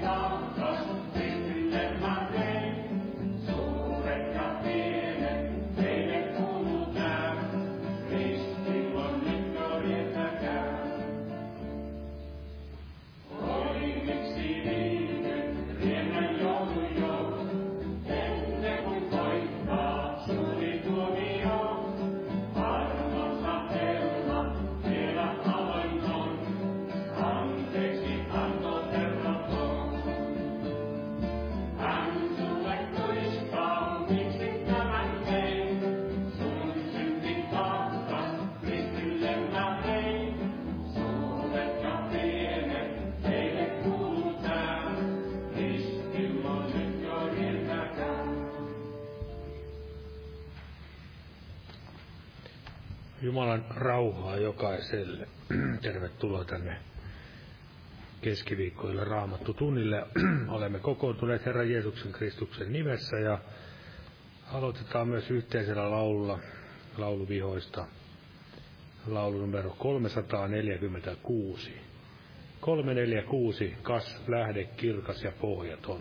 Jumalan rauhaa jokaiselle. Tervetuloa tänne keskiviikkoille Raamattu tunnille. Olemme kokoontuneet Herran Jeesuksen Kristuksen nimessä ja aloitetaan myös yhteisellä laululla lauluvihoista. Laulu numero 346. 346, kas lähde kirkas ja pohjaton.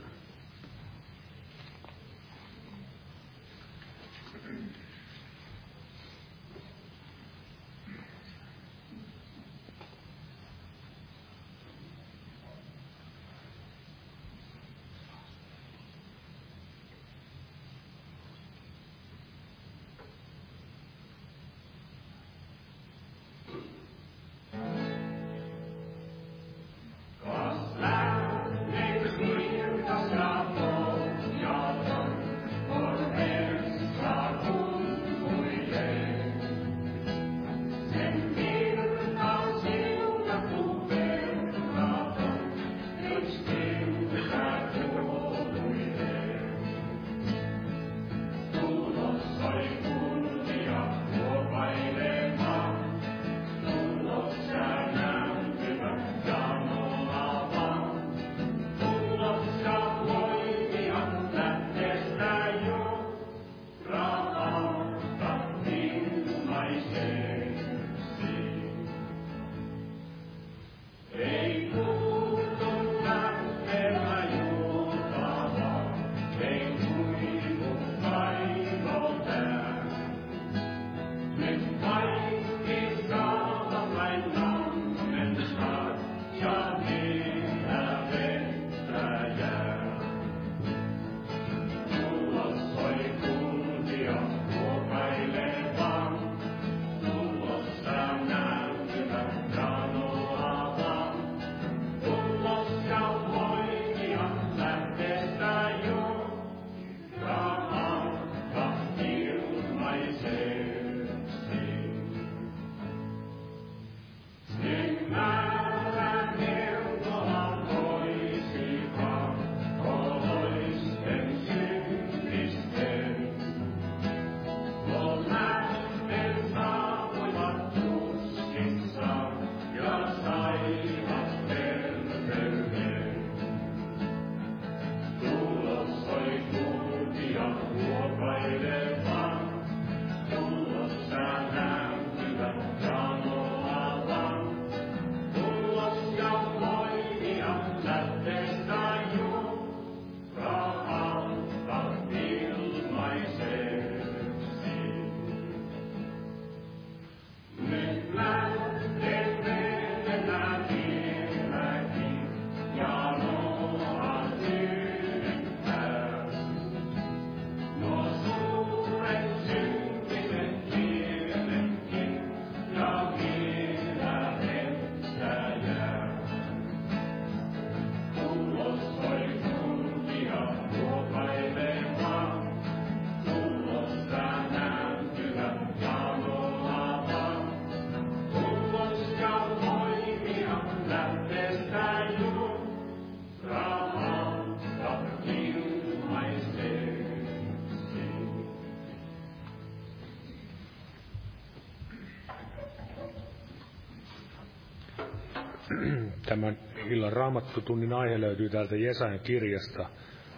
Tämän illan Raamattutunnin aihe löytyy täältä Jesajan kirjasta.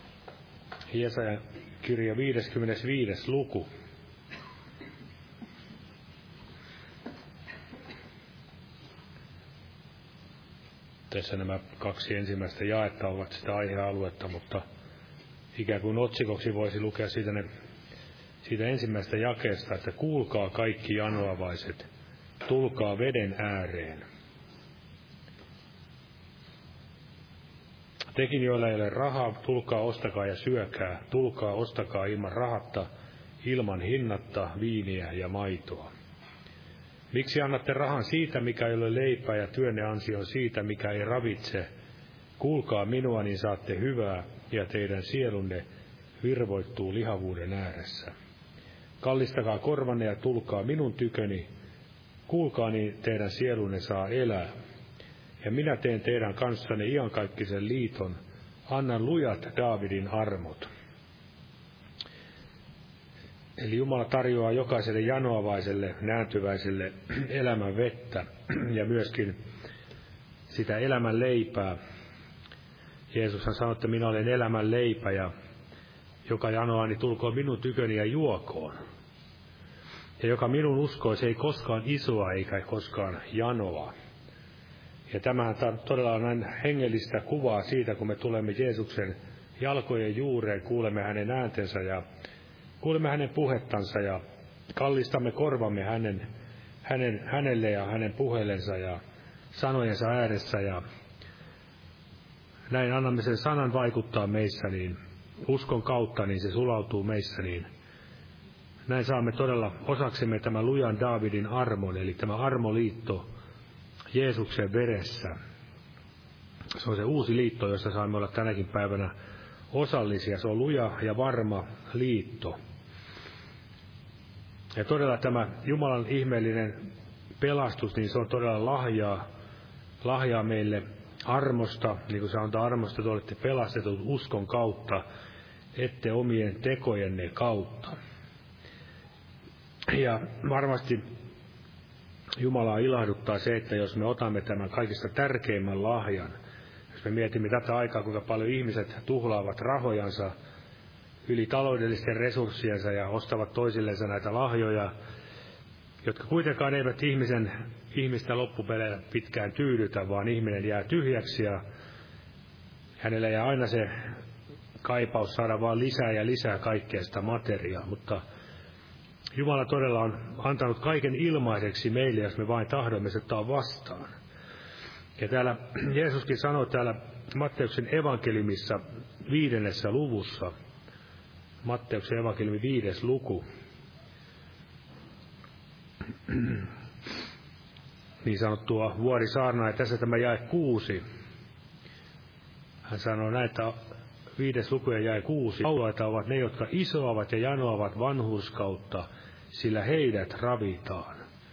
Jesajan kirja 55. luku. Tässä nämä 2 ensimmäistä jaetta ovat sitä aihealuetta, mutta ikään kuin otsikoksi voisi lukea siitä ensimmäistä jakeesta, että kuulkaa kaikki janoavaiset, tulkaa veden ääreen. Tekin, joilla ei ole rahaa, tulkaa ostakaa ja syökää, tulkaa ostakaa ilman rahatta, ilman hinnatta, viiniä ja maitoa. Miksi annatte rahan siitä, mikä ei ole leipää, ja työnne ansion siitä, mikä ei ravitse? Kuulkaa minua, niin saatte hyvää, ja teidän sielunne virvoittuu lihavuuden ääressä. Kallistakaa korvanne ja tulkaa minun tyköni. Kuulkaa, niin teidän sielunne saa elää. Ja minä teen teidän kanssanne iankaikkisen liiton, annan lujat Daavidin armot. Eli Jumala tarjoaa jokaiselle janoavaiselle, nääntyväiselle elämän vettä ja myöskin sitä elämän leipää. Jeesushan sanoi, että minä olen elämän leipä ja joka janoaa, niin tulkoon minun tyköni ja juokoon. Ja joka minun uskoo, se ei koskaan isoa eikä koskaan janoa. Ja tämähän todella on näin hengellistä kuvaa siitä, kun me tulemme Jeesuksen jalkojen juureen, kuulemme hänen ääntensä ja kuulemme hänen puhettansa ja kallistamme korvamme hänelle ja hänen puhelensa ja sanojensa ääressä. Ja näin annamme sen sanan vaikuttaa meissä, niin uskon kautta, niin se sulautuu meissä, niin näin saamme todella osaksemme tämän lujan Daavidin armon, eli tämä armoliitto Jeesuksen veressä. Se on se uusi liitto, jossa saamme olla tänäkin päivänä osallisia. Se on luja ja varma liitto. Ja todella tämä Jumalan ihmeellinen pelastus, niin se on todella lahjaa meille armosta, niin kuin sanotaan armosta, te olette pelastetut uskon kautta, ette omien tekojenne kautta. Ja varmasti Jumalaa ilahduttaa se, että jos me otamme tämän kaikista tärkeimmän lahjan, jos me mietimme tätä aikaa, kuinka paljon ihmiset tuhlaavat rahojansa yli taloudellisten resurssiensa ja ostavat toisillensa näitä lahjoja, jotka kuitenkaan eivät ihmistä loppupeleillä pitkään tyydytä, vaan ihminen jää tyhjäksi ja hänellä jää aina se kaipaus saada vaan lisää ja lisää kaikkea sitä materiaa, mutta Jumala todella on antanut kaiken ilmaiseksi meille, jos me vain tahdomme se ottaa vastaan. Ja täällä Jeesuskin sanoi täällä Matteuksen evankeliumissa 5. luvussa, Matteuksen evankeliumi 5. luku, niin sanottua vuorisaarnaa, ja tässä tämä jae 6. Hän sanoo näin, että 5. luku ja jae 6. Laulaita ovat ne, jotka isoavat ja janoavat vanhurskautta, sillä heidät ravitaan.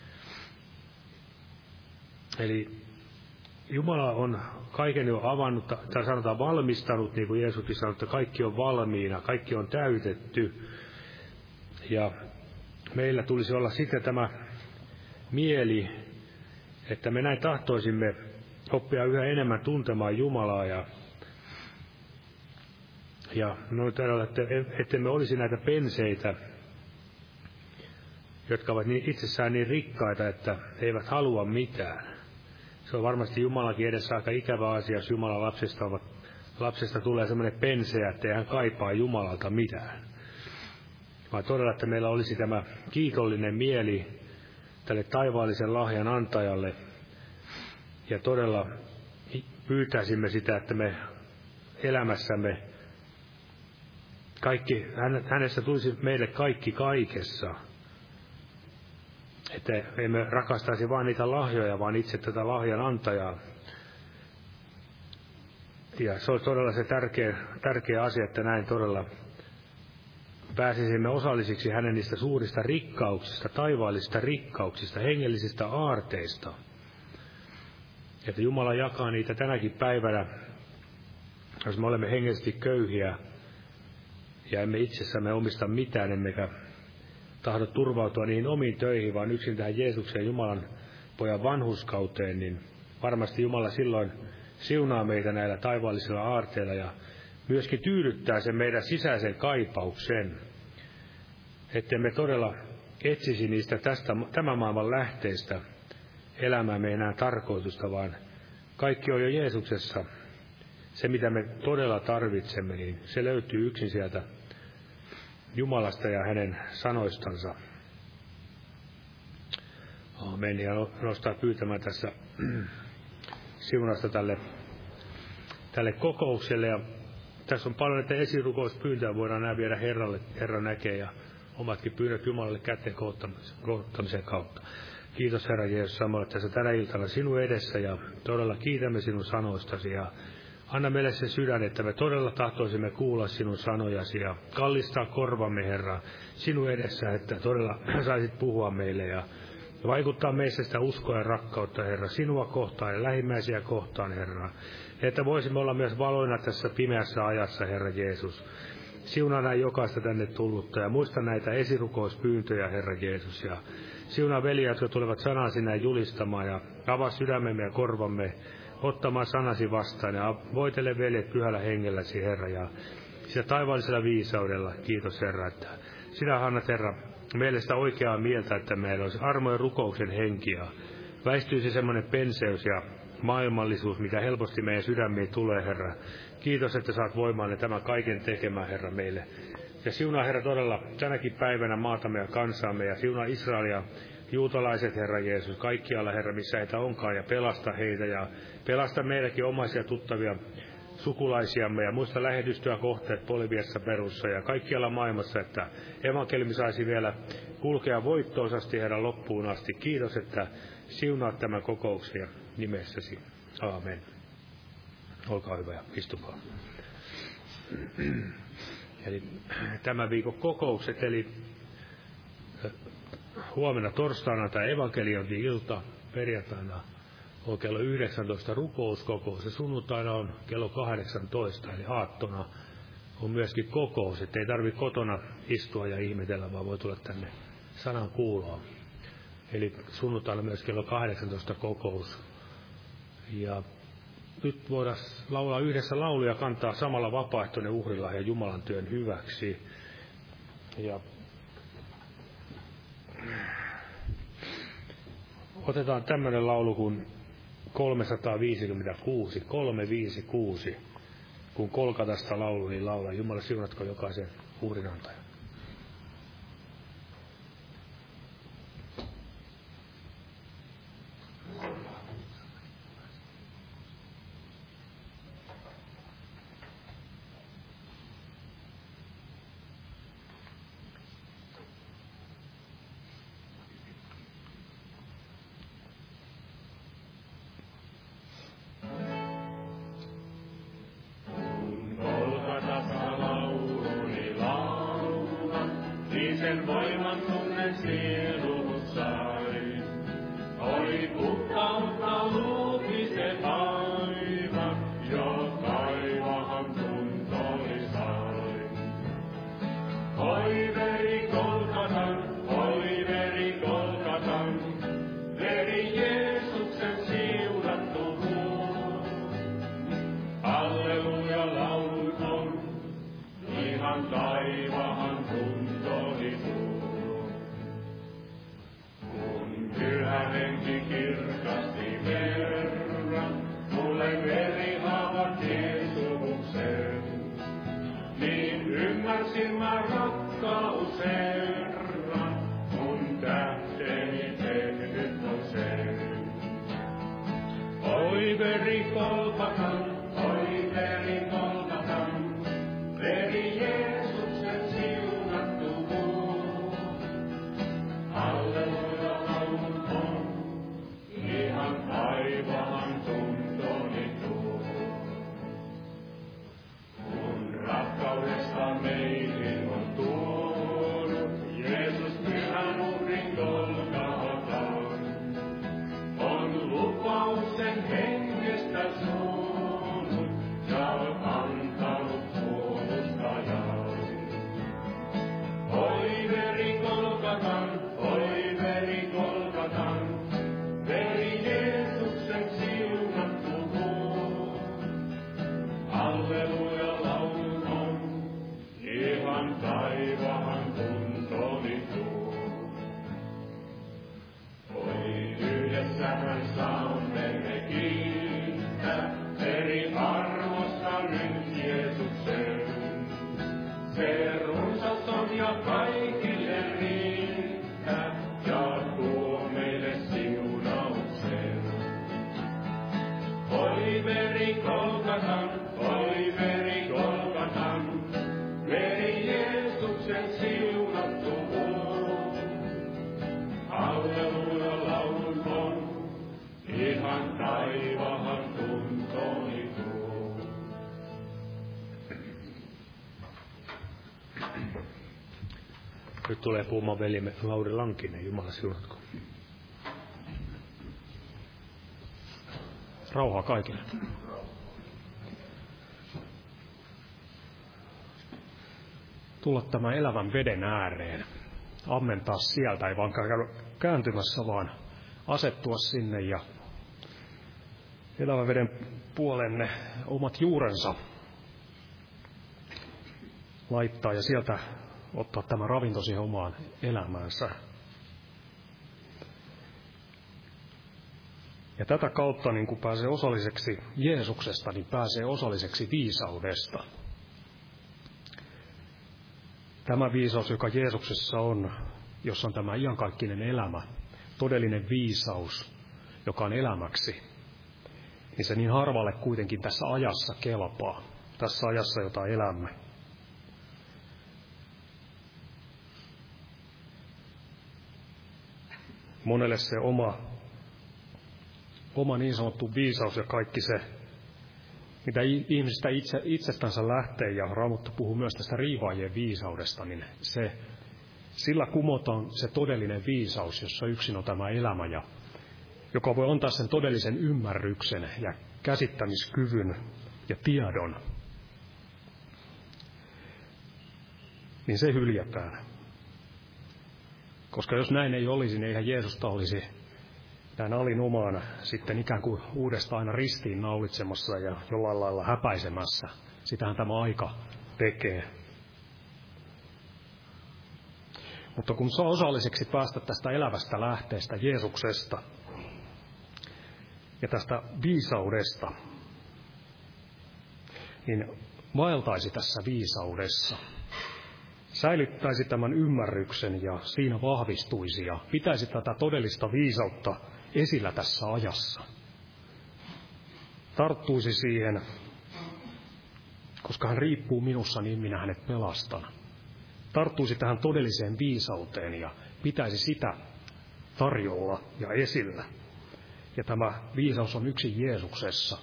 Eli Jumala on kaiken jo avannut, tai sanotaan valmistanut, niin kuin Jeesuskin sanoi, että kaikki on valmiina, kaikki on täytetty. Ja meillä tulisi olla sitten tämä mieli, että me näin tahtoisimme oppia yhä enemmän tuntemaan Jumalaa ja no täällä, että me olisi näitä penseitä, jotka ovat itsessään niin rikkaita, että eivät halua mitään. Se on varmasti Jumalakin edessä aika ikävä asia, jos Jumalan lapsesta tulee semmoinen penseä, että ei hän kaipaa Jumalalta mitään. Vaan todella, että meillä olisi tämä kiitollinen mieli tälle taivaallisen lahjan antajalle. Ja todella pyytäisimme sitä, että me elämässämme hänessä tulisi meille kaikki kaikessa. Että emme rakastaisi vain niitä lahjoja, vaan itse tätä lahjan antajaa. Ja se on todella se tärkeä asia, että näin todella pääsisimme osallisiksi hänen niistä suurista rikkauksista, taivaallisista rikkauksista, hengellisistä aarteista. Että Jumala jakaa niitä tänäkin päivänä, jos me olemme hengellisesti köyhiä ja emme itsessämme omista mitään, emmekä tahdo turvautua niihin omiin töihin, vaan yksin tähän Jeesuksen Jumalan pojan vanhurskauteen, niin varmasti Jumala silloin siunaa meitä näillä taivaallisilla aarteilla ja myöskin tyydyttää sen meidän sisäisen kaipauksen, ettemme todella etsisi niistä tämän maailman lähteistä elämäämme enää tarkoitusta, vaan Kaikki on jo Jeesuksessa. Se, mitä me todella tarvitsemme, niin se löytyy yksin sieltä Jumalasta ja hänen sanoistansa. Amen. Ja nostaa pyytämään tässä siunasta tälle kokoukselle. Ja tässä on paljon näitä esirukouspyyntöjä, voidaan nämä viedä Herralle. Herra näkee ja omatkin pyynnöt Jumalalle kätten kohottamisen kautta. Kiitos Herra Jeesus samalla tässä tänä iltana sinun edessä ja todella kiitämme sinun sanoistasi ja anna meille se sydän, että me todella tahtoisimme kuulla sinun sanojasi ja kallistaa korvamme Herra sinun edessä, että todella saisit puhua meille ja vaikuttaa meissä sitä uskoa ja rakkautta Herra sinua kohtaan ja lähimmäisiä kohtaan Herra. Että voisimme olla myös valoina tässä pimeässä ajassa Herra Jeesus. Siunaa näin jokaista tänne tullutta ja muista näitä esirukouspyyntöjä Herra Jeesus ja siunaa veljiä, jotka tulevat sanasi näin julistamaan ja avaa sydämemme ja korvamme ottamaan sanasi vastaan ja voitele veljet pyhällä hengelläsi Herra ja sitä taivaallisella viisaudella. Kiitos Herra, että sinä annat Herra meille sitä oikeaa mieltä, että meillä olisi armo ja rukouksen henki ja väistyisi semmoinen penseys ja maailmallisuus, mikä helposti meidän sydämiin tulee Herra. Kiitos, että saat voimaan tämän kaiken tekemään Herra meille. Ja siunaa Herra todella tänäkin päivänä maatamme ja kansaamme ja siunaa Israelia, juutalaiset Herra Jeesus, kaikkialla Herra, missä heitä onkaan ja pelasta heitä ja pelasta meidänkin omaisia tuttavia sukulaisiamme ja muista lähetystyä kohteet Boliviassa, Perussa ja kaikkialla maailmassa, että evankeliumi saisi vielä kulkea voittoisasti Herran loppuun asti. Kiitos, että siunaat tämän kokouksen nimessäsi. Aamen. Olkaa hyvä ja istukaa. Eli tämän viikon kokoukset, eli huomenna torstaina tämä evankeliointi-ilta, perjantaina on kello 19 rukouskokous ja sunnuntaina on kello 18, eli aattona on myöskin kokous, että ei tarvitse kotona istua ja ihmetellä, vaan voi tulla tänne sanan kuuloon. Eli sunnuntaina myös kello 18 kokous. Ja nyt voidaan laulaa yhdessä lauluja, kantaa samalla vapaaehtoinen uhrilahja Jumalan työn hyväksi. Ja otetaan tämmöinen laulu kuin 356, kun Kolkatasta laulu, niin laulaa. Jumala siunatko jokaisen uhrinantajan. Nyt tulee puhumaan veljemme Lauri Lankinen, Jumala siunatko. Rauhaa kaikille. Tulla tämän elävän veden ääreen. Ammentaa sieltä, ei vaan käydä kääntymässä, vaan asettua sinne ja elävän veden puoleen ne omat juurensa laittaa ja sieltä ottaa tämä ravinto siihen omaan elämäänsä. Ja tätä kautta, niin kun pääsee osalliseksi Jeesuksesta, niin pääsee osalliseksi viisaudesta. Tämä viisaus, joka Jeesuksessa on, jossa on tämä iankaikkinen elämä, todellinen viisaus, joka on elämäksi, niin se niin harvalle kuitenkin tässä ajassa kelpaa, tässä ajassa, jota elämme. Monelle se oma niin sanottu viisaus ja kaikki se, mitä ihmisistä itsestänsä lähtee, ja Raamattu puhuu myös tästä riivaajien viisaudesta, niin sillä kumotaan se todellinen viisaus, jossa yksin on tämä elämä, ja joka voi antaa sen todellisen ymmärryksen ja käsittämiskyvyn ja tiedon. Niin se hyljätään. Koska jos näin ei olisi, niin eihän Jeesusta olisi näin alinomaan sitten ikään kuin uudestaan aina ristiin naulitsemassa ja jollain lailla häpäisemässä. Sitähän tämä aika tekee. Mutta kun saa osalliseksi päästä tästä elävästä lähteestä, Jeesuksesta ja tästä viisaudesta, niin vaeltaisi tässä viisaudessa. Säilyttäisi tämän ymmärryksen ja siinä vahvistuisi ja pitäisi tätä todellista viisautta esillä tässä ajassa. Tarttuisi siihen, koska hän riippuu minussa, niin minä hänet pelastan. Tarttuisi tähän todelliseen viisauteen ja pitäisi sitä tarjolla ja esillä. Ja tämä viisaus on yksin Jeesuksessa.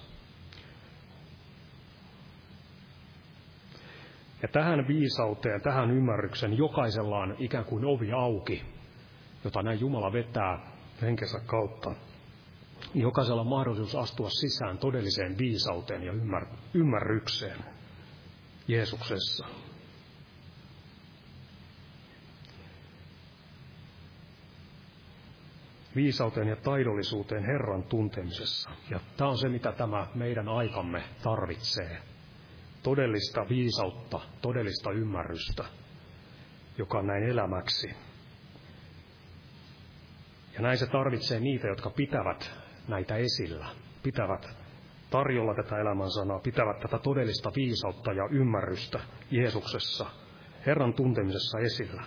Ja tähän viisauteen, tähän ymmärryksen jokaisella on ikään kuin ovi auki, jota näin Jumala vetää henkensä kautta. Jokaisella on mahdollisuus astua sisään todelliseen viisauteen ja ymmärrykseen Jeesuksessa. Viisauteen ja taidollisuuteen Herran tuntemisessa. Ja tämä on se, mitä tämä meidän aikamme tarvitsee. Todellista viisautta, todellista ymmärrystä, joka on näin elämäksi. Ja näin se tarvitsee niitä, jotka pitävät näitä esillä, pitävät tarjolla tätä elämän sanaa, pitävät tätä todellista viisautta ja ymmärrystä Jeesuksessa, Herran tuntemisessa esillä.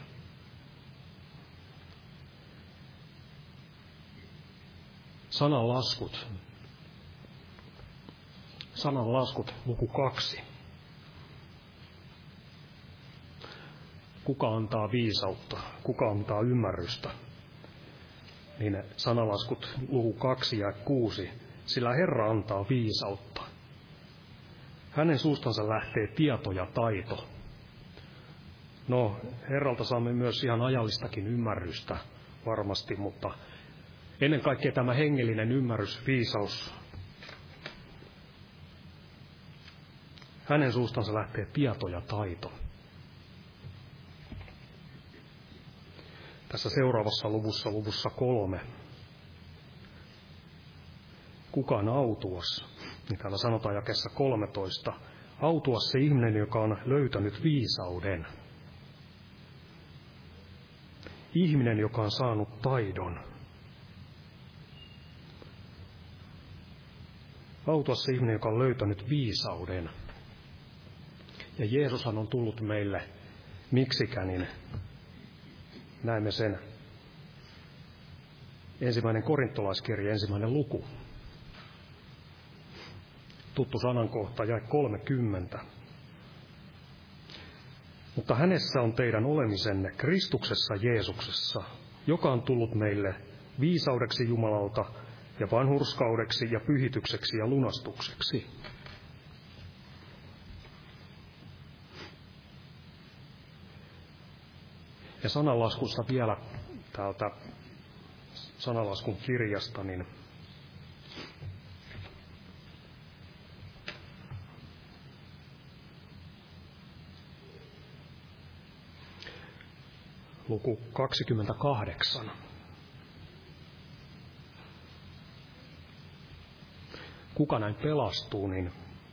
Sananlaskut, luku 2. Kuka antaa viisautta, kuka antaa ymmärrystä? Niin sananlaskut luku 2 ja 6. Sillä Herra antaa viisautta. Hänen suustansa lähtee tieto ja taito. No, Herralta saamme myös ihan ajallistakin ymmärrystä varmasti, mutta ennen kaikkea tämä hengellinen ymmärrys, viisaus. Hänen suustansa lähtee tieto ja taito. Tässä seuraavassa luvussa 3. Kuka on autuas? Niin täällä sanotaan jakeessa 13. Autuas se ihminen, joka on löytänyt viisauden. Ihminen, joka on saanut taidon. Autuas se ihminen, joka on löytänyt viisauden. Ja Jeesushan on tullut meille miksikä, niin näemme sen 1. Korintolaiskirja, 1. luku. Tuttu sanankohta, jae 30. Mutta hänessä on teidän olemisenne Kristuksessa Jeesuksessa, joka on tullut meille viisaudeksi Jumalalta ja vanhurskaudeksi ja pyhitykseksi ja lunastukseksi. Ja sananlaskusta vielä täältä sananlaskun kirjasta, niin luku 28. Kuka näin pelastuu, niin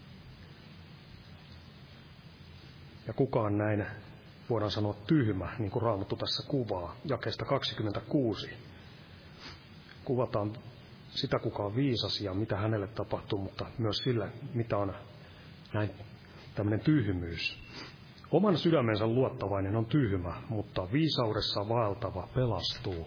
ja kuka on näin, voidaan sanoa, tyhmä, niin kuin Raamattu tässä kuvaa, jakeesta 26. Kuvataan sitä, kuka on viisas ja mitä hänelle tapahtuu, mutta myös sillä, mitä on näin tämmöinen tyhmyys. Oman sydämensä luottavainen on tyhmä, mutta viisaudessa vaeltava pelastuu.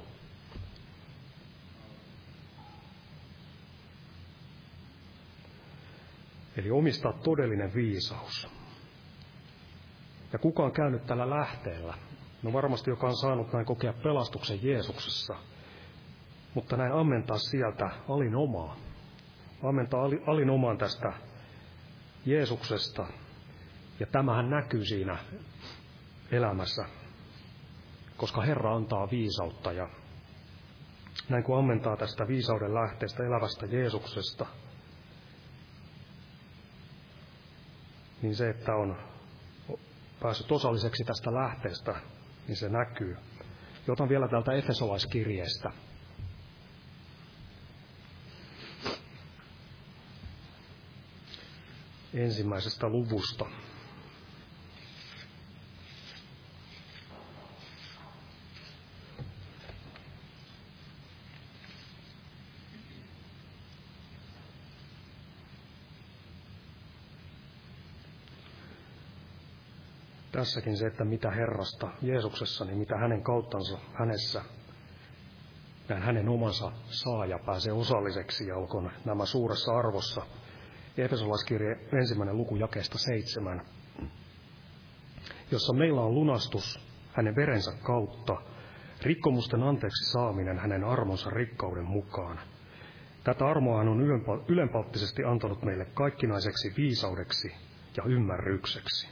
Eli omistaa todellinen viisaus. Ja kuka on käynyt tällä lähteellä? No varmasti joka on saanut näin kokea pelastuksen Jeesuksessa, mutta näin ammentaa sieltä alinomaa. Ammentaa alinomaan tästä Jeesuksesta. Ja tämähän näkyy siinä elämässä, koska Herra antaa viisautta. Ja näin kun ammentaa tästä viisauden lähteestä elävästä Jeesuksesta, niin se, että on päässyt osalliseksi tästä lähteestä, niin se näkyy. Ja otan vielä täältä Efesolaiskirjeestä. Ensimmäisestä luvusta. Tässäkin se, että mitä Herrasta Jeesuksessa, niin mitä hänen kauttansa hänessä, näin hänen omansa saaja pääsee osalliseksi ja olkoon nämä suuressa arvossa. Efesolaiskirje 1. luku jakeesta 7, jossa meillä on lunastus hänen verensä kautta, rikkomusten anteeksi saaminen hänen armonsa rikkauden mukaan. Tätä armoa hän on ylenpalttisesti antanut meille kaikkinaiseksi viisaudeksi ja ymmärrykseksi.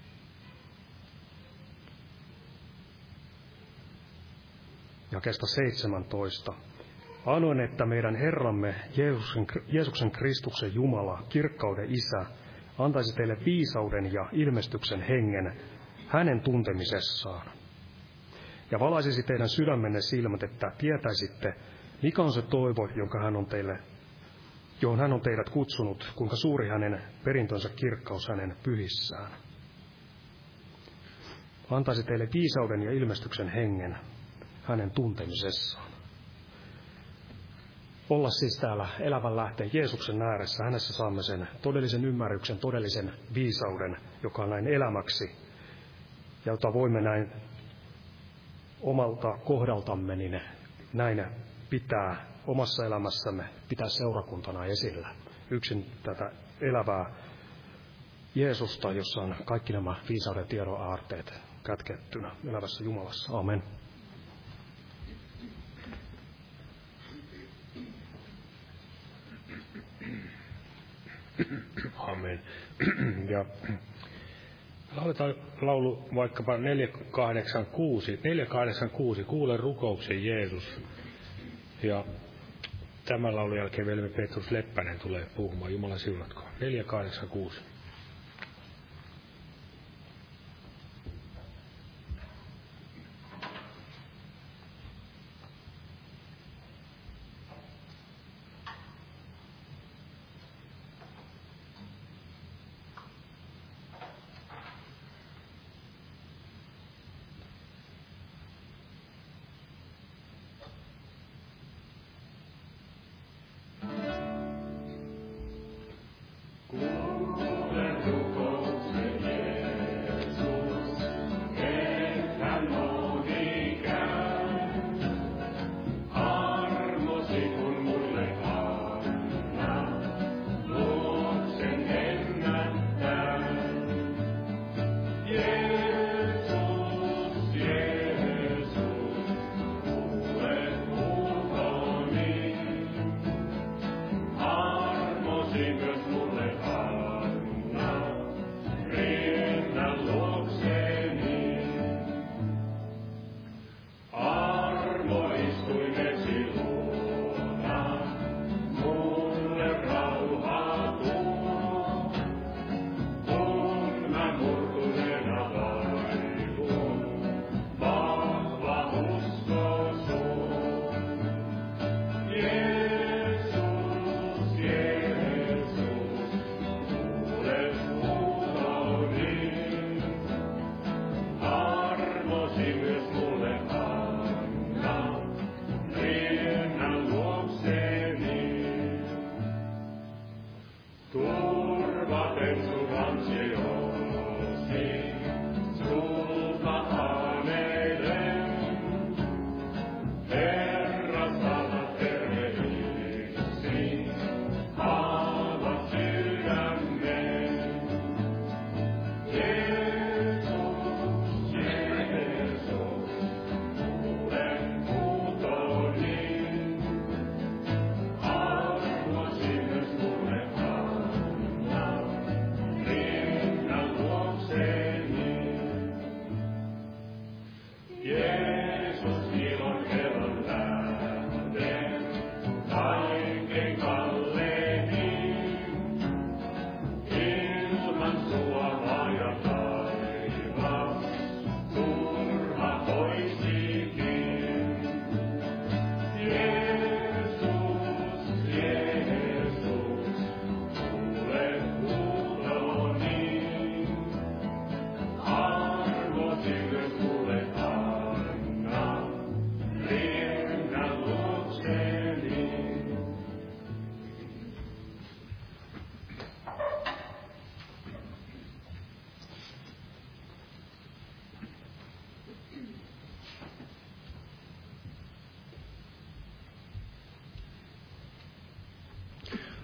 Jakeesta 17. Anoin, että meidän Herramme Jeesuksen Kristuksen Jumala, kirkkauden Isä, antaisi teille viisauden ja ilmestyksen hengen hänen tuntemisessaan. Ja valaisisi teidän sydämenne silmät, että tietäisitte, mikä on se toivo, johon hän on teidät kutsunut, kuinka suuri hänen perintönsä kirkkaus hänen pyhissään. Antaisi teille viisauden ja ilmestyksen hengen hänen tuntemisessaan. Olla siis täällä elävän lähteen Jeesuksen ääressä. Hänessä saamme sen todellisen ymmärryksen, todellisen viisauden, joka on näin elämäksi, ja jota voimme näin omalta kohdaltamme niin näin pitää omassa elämässämme, pitää seurakuntana esillä. Yksin tätä elävää Jeesusta, jossa on kaikki nämä viisauden tiedon aarteet kätkettynä elävässä Jumalassa. Amen. Amen. Ja lauletaan laulu vaikkapa 486, kuule rukouksen Jeesus. Ja tämän laulun jälkeen velmi Petrus Leppänen tulee puhumaan. Jumala siunatkoon. 486. Kuule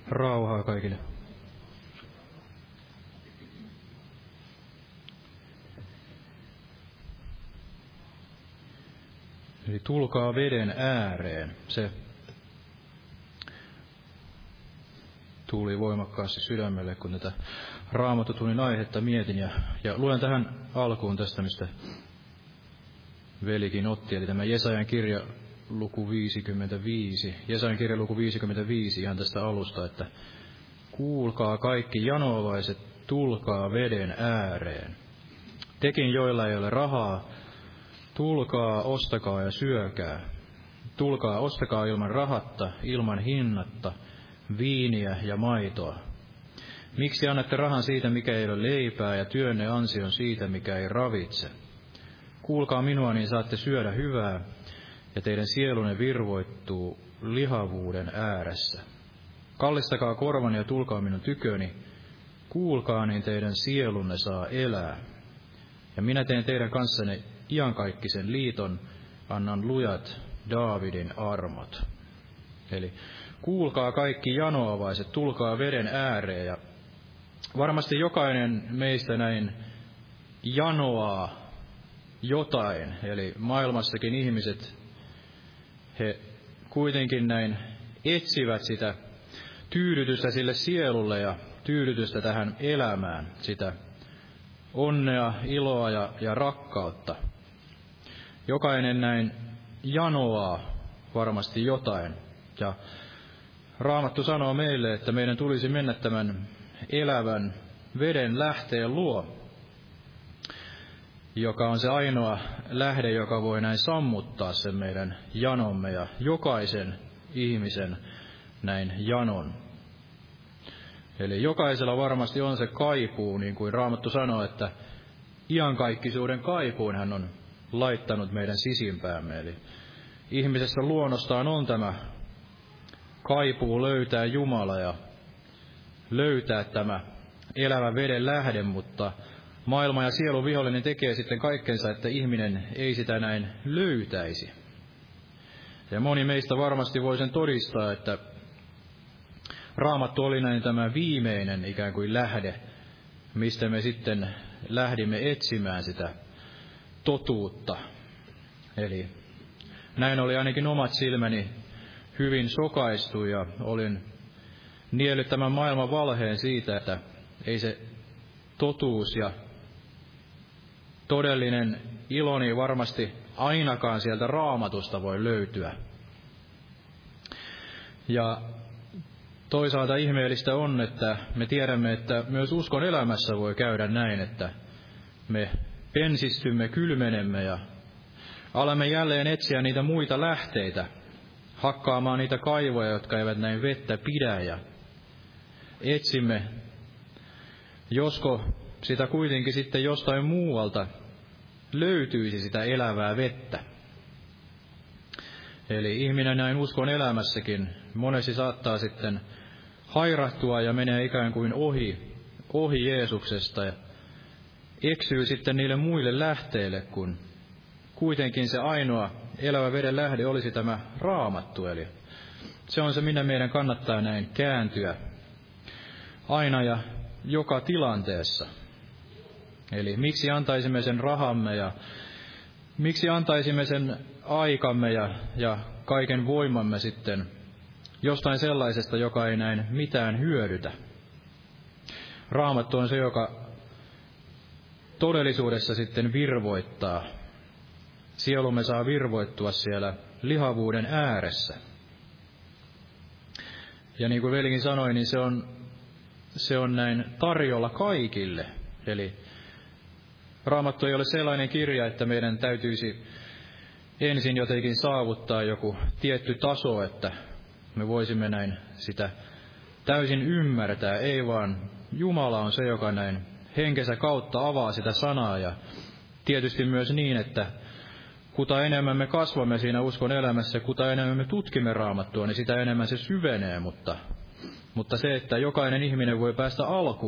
Rauhaa kaikille. Eli tulkaa veden ääreen. Se tuli voimakkaasti sydämelle, kun tätä Raamattotunnin aihetta mietin. Ja luen tähän alkuun tästä, mistä velikin otti, eli tämä Jesajan kirja luku 55. Jesajan kirja luku 55 ihan tästä alusta, että kuulkaa kaikki janovaiset, tulkaa veden ääreen. Tekin, joilla ei ole rahaa, tulkaa, ostakaa ja syökää. Tulkaa, ostakaa ilman rahatta, ilman hinnatta, viiniä ja maitoa. Miksi annatte rahan siitä, mikä ei ole leipää, ja työnne ansion siitä, mikä ei ravitse? Kuulkaa minua, niin saatte syödä hyvää, ja teidän sielunne virvoittuu lihavuuden ääressä. Kallistakaa korvani ja tulkaa minun tyköni. Kuulkaa, niin teidän sielunne saa elää. Ja minä teen teidän kanssanne iankaikkisen liiton, annan lujat Daavidin armot. Eli kuulkaa kaikki janoavaiset, tulkaa veden ääreen. Ja varmasti jokainen meistä näin janoaa jotain. Eli maailmassakin ihmiset, he kuitenkin näin etsivät sitä tyydytystä sille sielulle ja tyydytystä tähän elämään, sitä onnea, iloa ja rakkautta. Jokainen näin janoaa varmasti jotain. Ja Raamattu sanoo meille, että meidän tulisi mennä tämän elävän veden lähteen luo, joka on se ainoa lähde, joka voi näin sammuttaa sen meidän janomme ja jokaisen ihmisen näin janon. Eli jokaisella varmasti on se kaipuu, niin kuin Raamattu sanoo, että iankaikkisuuden kaipuun hän on laittanut meidän sisimpäämme. Eli ihmisessä luonnostaan on tämä kaipuu löytää Jumala ja löytää tämä elävä veden lähde, mutta maailma ja sielun vihollinen tekee sitten kaikkensa, että ihminen ei sitä näin löytäisi. Ja moni meistä varmasti voi sen todistaa, että Raamattu oli näin tämä viimeinen ikään kuin lähde, mistä me sitten lähdimme etsimään sitä totuutta. Eli näin oli ainakin omat silmäni hyvin sokaistu ja olin niellyt tämän maailman valheen siitä, että ei se totuus ja todellinen iloni varmasti ainakaan sieltä Raamatusta voi löytyä. Ja toisaalta ihmeellistä on, että me tiedämme, että myös uskon elämässä voi käydä näin, että me pensistymme, kylmenemme ja alamme jälleen etsiä niitä muita lähteitä, hakkaamaan niitä kaivoja, jotka eivät näin vettä pidä, ja etsimme, josko sitä kuitenkin sitten jostain muualta löytyisi sitä elävää vettä. Eli ihminen näin uskon elämässäkin monesti saattaa sitten hairahtua ja menee ikään kuin ohi Jeesuksesta ja eksyy sitten niille muille lähteille, kun kuitenkin se ainoa elävä veden lähde olisi tämä Raamattu. Eli se on se, minne meidän kannattaa näin kääntyä aina ja joka tilanteessa. Eli miksi antaisimme sen rahamme ja miksi antaisimme sen aikamme ja kaiken voimamme sitten jostain sellaisesta, joka ei näin mitään hyödytä. Raamattu on se, joka todellisuudessa sitten virvoittaa. Sielumme saa virvoittua siellä lihavuuden ääressä. Ja niin kuin velikin sanoi, niin se on näin tarjolla kaikille. Eli Raamattu ei ole sellainen kirja, että meidän täytyisi ensin jotenkin saavuttaa joku tietty taso, että me voisimme näin sitä täysin ymmärtää. Ei vaan Jumala on se, joka näin henkensä kautta avaa sitä sanaa. Ja tietysti myös niin, että kuta enemmän me kasvamme siinä uskon elämässä, kuta enemmän me tutkimme Raamattua, niin sitä enemmän se syvenee. Mutta se, että jokainen ihminen voi päästä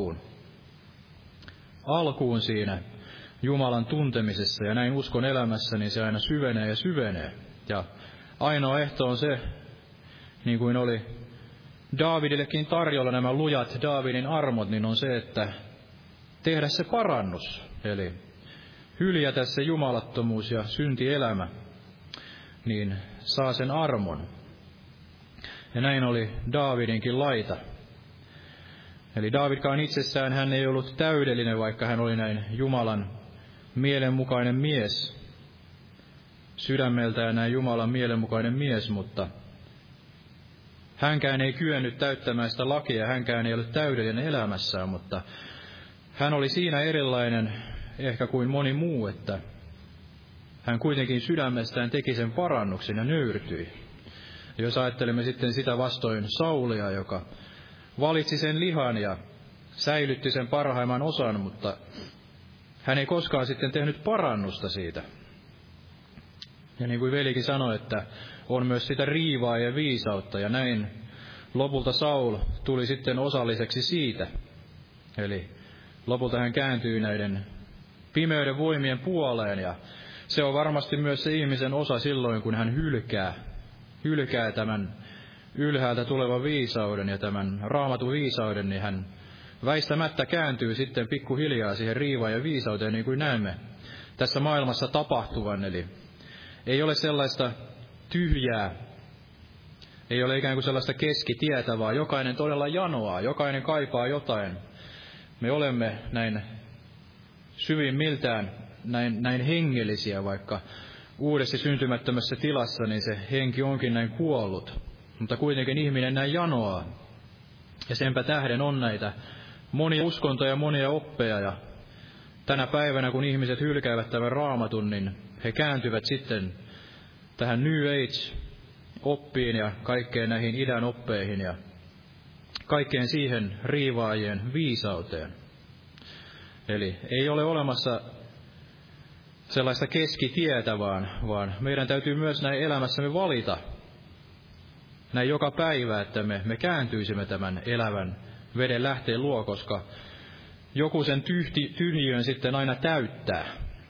alkuun siinä Jumalan tuntemisessa ja näin uskon elämässä, niin se aina syvenee ja syvenee. Ja ainoa ehto on se, niin kuin oli Daavidillekin tarjolla nämä lujat Daavidin armot, niin on se, että tehdä se parannus, eli hyljätä se jumalattomuus ja syntielämä, niin saa sen armon. Ja näin oli Daavidinkin laita. Eli Daavidkaan itsessään hän ei ollut täydellinen, vaikka hän oli näin Jumalan mielenmukainen mies, sydämeltään näin Jumalan mielenmukainen mies, mutta hänkään ei kyennyt täyttämään sitä lakia, hänkään ei ollut täydellinen elämässään, mutta hän oli siinä erilainen ehkä kuin moni muu, että hän kuitenkin sydämestään teki sen parannuksen ja nöyrtyi. Ja jos ajattelemme sitten sitä vastoin Saulia, joka valitsi sen lihan ja säilytti sen parhaimman osan, mutta hän ei koskaan sitten tehnyt parannusta siitä. Ja niin kuin velikin sanoi, että on myös sitä riivaa ja viisautta, ja näin lopulta Saul tuli sitten osalliseksi siitä. Eli lopulta hän kääntyi näiden pimeyden voimien puoleen, ja se on varmasti myös se ihmisen osa silloin, kun hän hylkää tämän ylhäältä tulevan viisauden ja tämän raamatun viisauden, niin hän väistämättä kääntyy sitten pikkuhiljaa siihen riivaan ja viisauteen, niin kuin näemme tässä maailmassa tapahtuvan. Eli ei ole sellaista tyhjää, ei ole ikään kuin sellaista keskitietä, vaan jokainen todella janoaa, jokainen kaipaa jotain. Me olemme näin syvimmiltään näin hengellisiä, vaikka uudessa syntymättömässä tilassa, niin se henki onkin näin kuollut. Mutta kuitenkin ihminen näin janoaa. Ja senpä tähden on näitä monia uskontoja, monia oppeja. Ja tänä päivänä, kun ihmiset hylkäävät tämän raamatun, niin he kääntyvät sitten tähän New Age-oppiin ja kaikkeen näihin idän oppeihin ja kaikkeen siihen riivaajien viisauteen. Eli ei ole olemassa sellaista keskitietä, vaan meidän täytyy myös näin elämässämme valita näin joka päivä, että me kääntyisimme tämän elävän veden lähteen luo, koska joku sen tyhjiön sitten aina täyttää.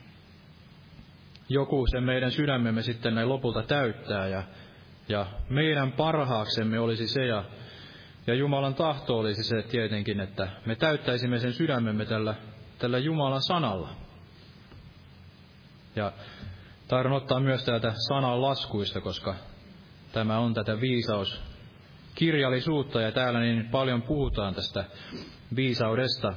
Joku sen meidän sydämemme sitten näin lopulta täyttää, ja meidän parhaaksemme olisi se, ja Jumalan tahto olisi se tietenkin, että me täyttäisimme sen sydämemme tällä Jumalan sanalla. Ja tahdon ottaa myös täältä sanan laskuista, koska tämä on tätä viisauskirjallisuutta, ja täällä niin paljon puhutaan tästä viisaudesta.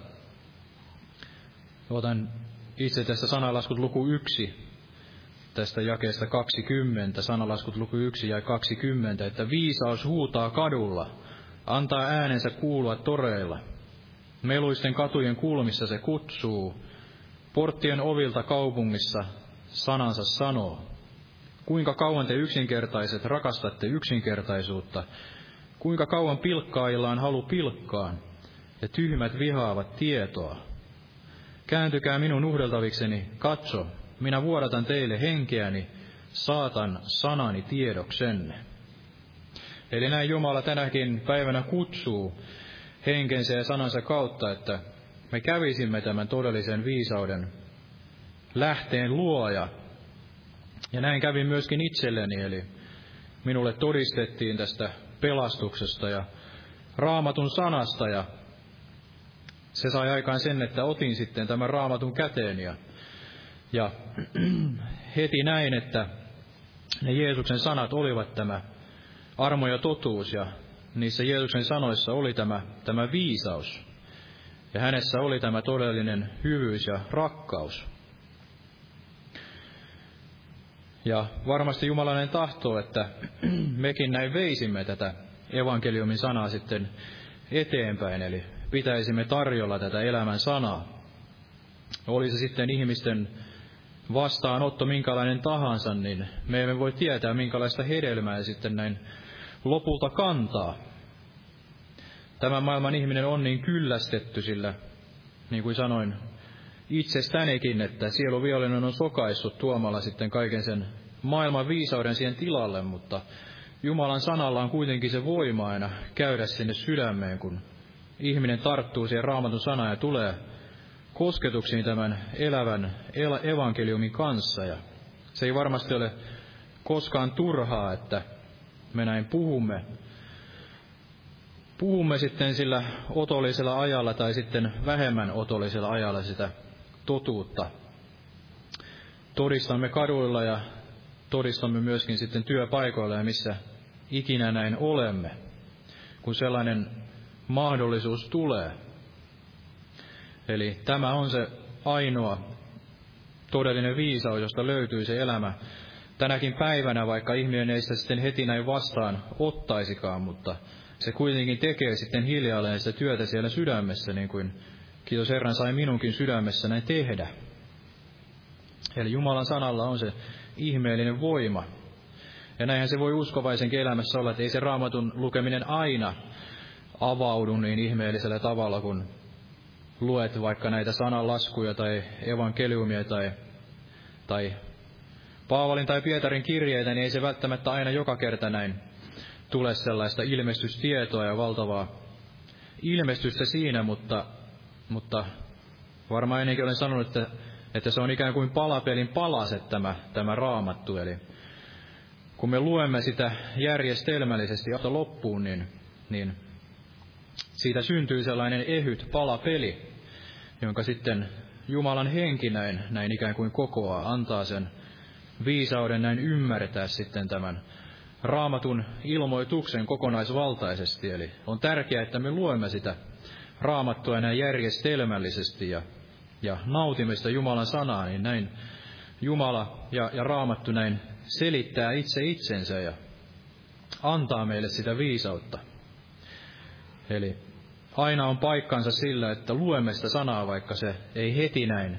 Otan itse tästä sananlaskut luku 1, tästä jakeesta 20, sananlaskut luku 1 ja 20, että viisaus huutaa kadulla, antaa äänensä kuulua toreilla. Meluisten katujen kulmissa se kutsuu, porttien ovilta kaupungissa sanansa sanoo. Kuinka kauan te yksinkertaiset rakastatte yksinkertaisuutta, kuinka kauan pilkkaajilla on halu pilkkaan, ja tyhmät vihaavat tietoa. Kääntykää minun uhdeltavikseni, katso, minä vuodatan teille henkeäni, saatan sanani tiedoksenne. Eli näin Jumala tänäkin päivänä kutsuu henkensä ja sanansa kautta, että me kävisimme tämän todellisen viisauden lähteen luo, ja näin kävi myöskin itselleni, eli minulle todistettiin tästä pelastuksesta ja Raamatun sanasta, ja se sai aikaan sen, että otin sitten tämän Raamatun käteen, ja heti näin, että ne Jeesuksen sanat olivat tämä armo ja totuus, ja niissä Jeesuksen sanoissa oli tämä viisaus, ja hänessä oli tämä todellinen hyvyys ja rakkaus. Ja varmasti Jumalainen tahtoo, että mekin näin veisimme tätä evankeliumin sanaa sitten eteenpäin, eli pitäisimme tarjolla tätä elämän sanaa. Oli se sitten ihmisten vastaanotto minkälainen tahansa, niin me emme voi tietää, minkälaista hedelmää sitten näin lopulta kantaa. Tämän maailman ihminen on niin kyllästetty, sillä niin kuin sanoin itsestänikin, että sieluvihollinen on sokaissut tuomalla sitten kaiken sen maailman viisauden siihen tilalle, mutta Jumalan sanalla on kuitenkin se voima aina käydä sinne sydämeen, kun ihminen tarttuu siihen Raamatun sanaan ja tulee kosketuksiin tämän elävän evankeliumin kanssa. Ja se ei varmasti ole koskaan turhaa, että me näin puhumme puhumme sitten sillä otollisella ajalla tai sitten vähemmän otollisella ajalla sitä totuutta. Todistamme kaduilla ja todistamme myöskin sitten työpaikoilla ja missä ikinä näin olemme, kun sellainen mahdollisuus tulee. Eli tämä on se ainoa todellinen viisaus, josta löytyy se elämä tänäkin päivänä, vaikka ihminen ei sitä sitten heti näin vastaan ottaisikaan, mutta se kuitenkin tekee sitten hiljalleen sitä työtä siellä sydämessä, niin kuin kiitos Herran sai minunkin sydämessä näin tehdä. Eli Jumalan sanalla on se ihmeellinen voima. Ja näinhän se voi uskovaisenkin elämässä olla, että ei se Raamatun lukeminen aina avaudu niin ihmeellisellä tavalla, kun luet vaikka näitä sananlaskuja tai evankeliumia tai Paavalin tai Pietarin kirjeitä, niin ei se välttämättä aina joka kerta näin tule sellaista ilmestystietoa ja valtavaa ilmestystä siinä, mutta varmaan ennenkin olen sanonut, että se on ikään kuin palapelin palaset tämä Raamattu. Eli kun me luemme sitä järjestelmällisesti loppuun, niin siitä syntyy sellainen ehyt palapeli, jonka sitten Jumalan henki näin ikään kuin kokoaa, antaa sen viisauden näin ymmärtää sitten tämän Raamatun ilmoituksen kokonaisvaltaisesti. Eli on tärkeää, että me luemme sitä Raamattua näin järjestelmällisesti ja nautimme sitä Jumalan sanaa, niin näin Jumala ja Raamattu näin selittää itse itsensä ja antaa meille sitä viisautta. Eli aina on paikkansa sillä, että luemme sitä sanaa, vaikka se ei heti näin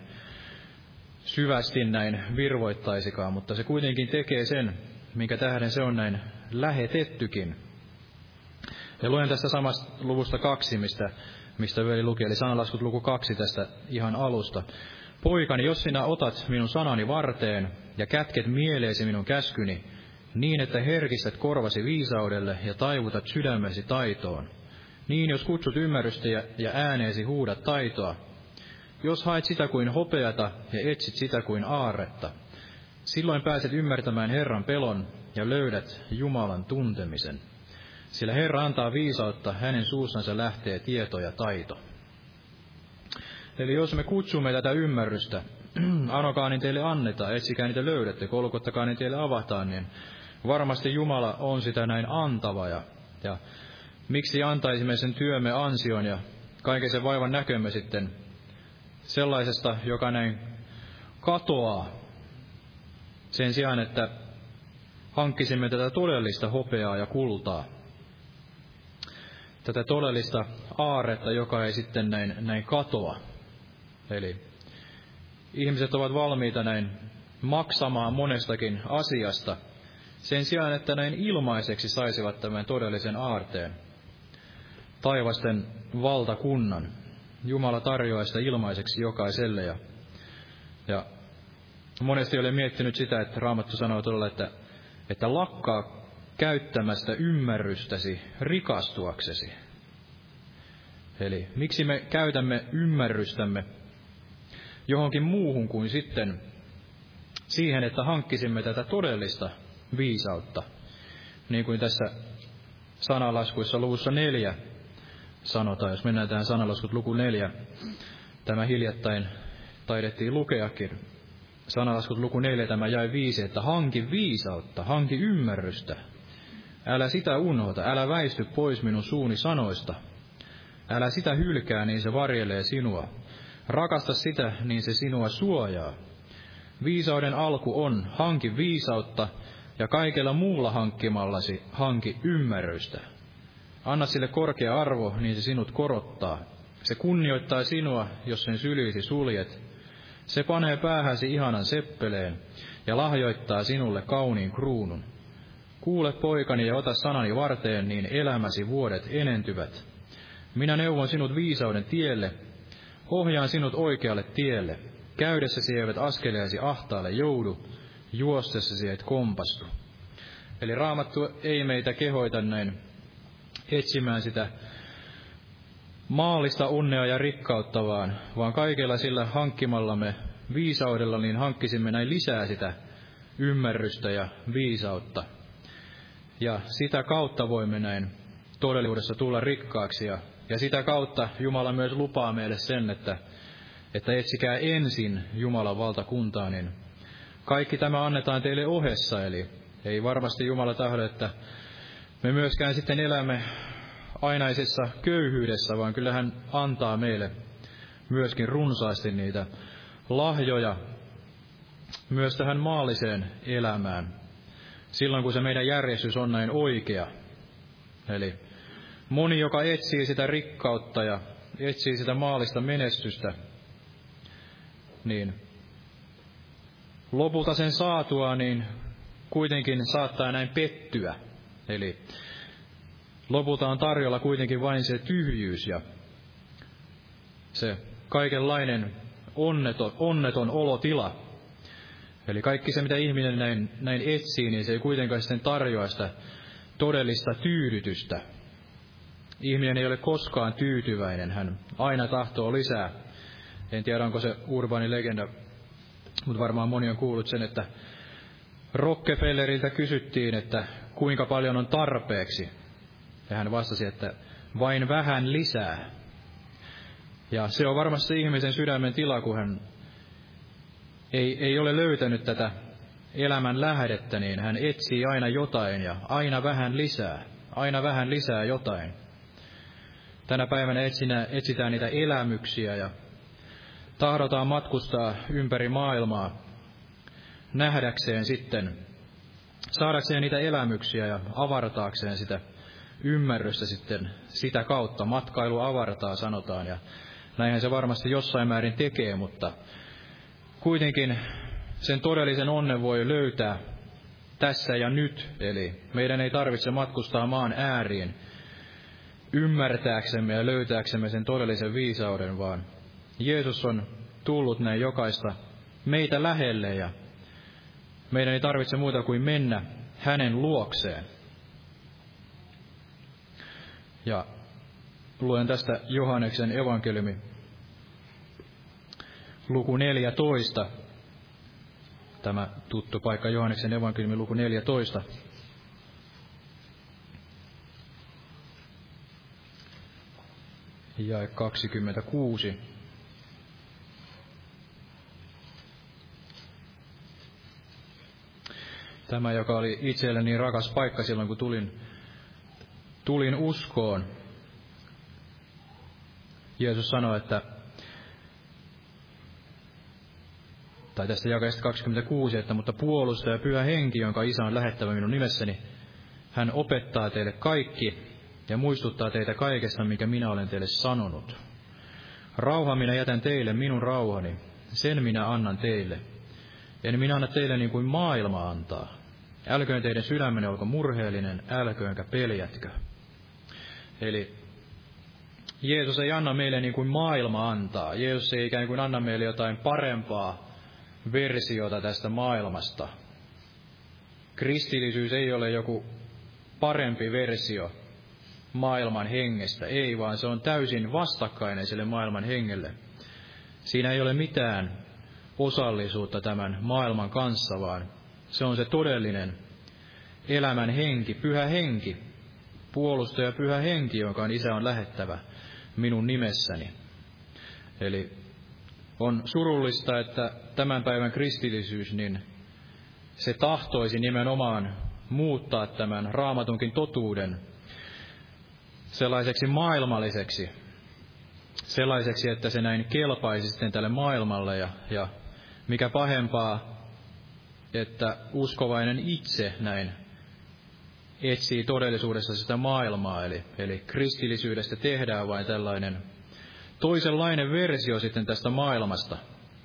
syvästi näin virvoittaisikaan, mutta se kuitenkin tekee sen, minkä tähden se on näin lähetettykin. Ja luen tästä samasta luvusta 2, mistä veli luki, eli sananlaskut luku 2 tästä ihan alusta. Poikani, jos sinä otat minun sanani varteen ja kätket mieleesi minun käskyni, niin että herkistät korvasi viisaudelle ja taivutat sydämesi taitoon. Niin jos kutsut ymmärrystä ja ääneesi huudat taitoa, jos haet sitä kuin hopeata ja etsit sitä kuin aarretta, silloin pääset ymmärtämään Herran pelon ja löydät Jumalan tuntemisen. Sillä Herra antaa viisautta, hänen suussansa lähtee tieto ja taito. Eli jos me kutsumme tätä ymmärrystä, anokaa niin teille annetaan, etsikää niitä löydätte, kolkuttakaa niin teille avataan, niin varmasti Jumala on sitä näin antava. Ja miksi antaisimme sen työmme ansion ja kaiken sen vaivan näkömme sitten sellaisesta, joka näin katoaa, sen sijaan, että hankkisimme tätä todellista hopeaa ja kultaa, tätä todellista aarretta, joka ei sitten näin katoa. Eli ihmiset ovat valmiita näin maksamaan monestakin asiasta, sen sijaan, että näin ilmaiseksi saisivat tämän todellisen aarteen, taivasten valtakunnan. Jumala tarjoaa sitä ilmaiseksi jokaiselle. Ja monesti olen miettinyt sitä, että Raamattu sanoo todella, että lakkaa käyttämästä ymmärrystäsi rikastuaksesi. Eli miksi me käytämme ymmärrystämme johonkin muuhun kuin sitten siihen, että hankkisimme tätä todellista viisautta. Niin kuin tässä sanalaskuissa luvussa 4 sanotaan, jos mennään tähän sanalaskut luku 4, tämä hiljattain taidettiin lukeakin. Sanalaskut luku 4, tämä jäi 5, että hanki viisautta, hanki ymmärrystä. Älä sitä unohda, älä väisty pois minun suuni sanoista. Älä sitä hylkää, niin se varjelee sinua. Rakasta sitä, niin se sinua suojaa. Viisauden alku on, hanki viisautta, ja kaikella muulla hankkimallasi hanki ymmärrystä. Anna sille korkea arvo, niin se sinut korottaa. Se kunnioittaa sinua, jos sen syliisi suljet. Se panee päähäsi ihanan seppeleen ja lahjoittaa sinulle kauniin kruunun. Kuule poikani ja ota sanani varteen, niin elämäsi vuodet enentyvät. Minä neuvon sinut viisauden tielle, ohjaan sinut oikealle tielle. Käydessäsi eivät askeleesi ahtaalle joudu, juostessasi et kompastu. Eli Raamattu ei meitä kehoita näin etsimään sitä maallista onnea ja rikkautta, vaan kaikella sillä hankkimallamme viisaudella niin hankkisimme näin lisää sitä ymmärrystä ja viisautta. Ja sitä kautta voimme näin todellisuudessa tulla rikkaaksi. Ja sitä kautta Jumala myös lupaa meille sen, että etsikää ensin Jumalan valtakuntaa, niin kaikki tämä annetaan teille ohessa. Eli ei varmasti Jumala tahdo, että me myöskään sitten elämme ainaisessa köyhyydessä, vaan kyllä hän antaa meille myöskin runsaasti niitä lahjoja myös tähän maalliseen elämään, silloin kun se meidän järjestys on näin oikea. Eli moni, joka etsii sitä rikkautta ja etsii sitä maallista menestystä, niin lopulta sen saatua, niin kuitenkin saattaa näin pettyä. Eli lopulta on tarjolla kuitenkin vain se tyhjyys ja se kaikenlainen onneton olotila. Eli kaikki se, mitä ihminen näin etsii, niin se ei kuitenkaan sitten tarjoa sitä todellista tyydytystä. Ihminen ei ole koskaan tyytyväinen, hän aina tahtoo lisää. En tiedä, onko se urbaani legenda, mutta varmaan moni on kuullut sen, että Rockefelleriltä kysyttiin, että kuinka paljon on tarpeeksi. Ja hän vastasi, että vain vähän lisää. Ja se on varmasti ihmisen sydämen tila, kun hän ei ole löytänyt tätä elämän lähdettä, niin hän etsii aina jotain ja aina vähän lisää jotain. Tänä päivänä etsitään niitä elämyksiä ja tahdotaan matkustaa ympäri maailmaa nähdäkseen sitten, saadakseen niitä elämyksiä ja avartaakseen sitä ymmärrystä sitten sitä kautta. Matkailu avartaa, sanotaan, ja näinhän se varmasti jossain määrin tekee, mutta kuitenkin sen todellisen onnen voi löytää tässä ja nyt. Eli meidän ei tarvitse matkustaa maan ääriin ymmärtääksemme ja löytääksemme sen todellisen viisauden, vaan Jeesus on tullut näin jokaista meitä lähelle ja meidän ei tarvitse muuta kuin mennä hänen luokseen. Ja luen tästä Johanneksen evankeliumi, luku 14. Tämä tuttu paikka, Johanneksen evankeliumi, luku 14. Jae 26. Tämä, joka oli itselleni niin rakas paikka silloin, kun tulin uskoon. Jeesus sanoi, tai tästä jakeesta 26, että mutta puolustaja Pyhä Henki, jonka Isä on lähettävä minun nimessäni, hän opettaa teille kaikki ja muistuttaa teitä kaikesta, minkä minä olen teille sanonut. Rauha minä jätän teille, minun rauhani, sen minä annan teille. En minä anna teille niin kuin maailma antaa. Älköön teidän sydämenne olko murheellinen, älköönkä peljätkö. Eli Jeesus ei anna meille niin kuin maailma antaa. Jeesus ei ikään kuin anna meille jotain parempaa versiota tästä maailmasta. Kristillisyys ei ole joku parempi versio maailman hengestä. Ei, vaan se on täysin vastakkainen sille maailman hengelle. Siinä ei ole mitään osallisuutta tämän maailman kanssa, vaan se on se todellinen elämän henki, Pyhä Henki, puolustaja Pyhä Henki, jonka Isä on lähettävä minun nimessäni. Eli on surullista, että tämän päivän kristillisyys, niin se tahtoisi nimenomaan muuttaa tämän Raamatunkin totuuden sellaiseksi maailmalliseksi, sellaiseksi, että se näin kelpaisi sitten tälle maailmalle ja mikä pahempaa, että uskovainen itse näin etsii todellisuudessa sitä maailmaa, eli kristillisyydestä tehdään vain tällainen toisenlainen versio sitten tästä maailmasta.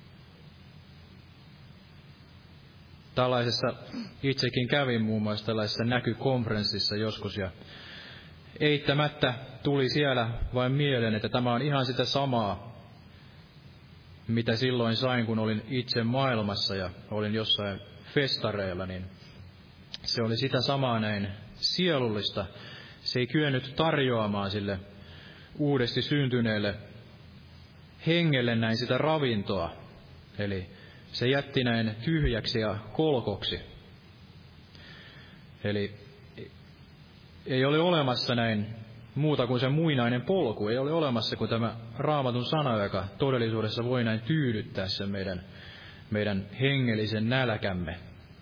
Tällaisessa itsekin kävin muun muassa tällaisessa näkykonferenssissa joskus, ja eittämättä tuli siellä vain mieleen, että tämä on ihan sitä samaa, mitä silloin sain, kun olin itse maailmassa ja olin jossain festareilla, niin se oli sitä samaa näin sielullista. Se ei kyennyt tarjoamaan sille uudesti syntyneelle hengelle näin sitä ravintoa. Eli se jätti näin tyhjäksi ja kolkoksi. Eli ei ole olemassa näin muuta kuin se muinainen polku. Ei ole olemassa kuin tämä Raamatun sana, joka todellisuudessa voi näin tyydyttää sen meidän hengellisen nälkämme.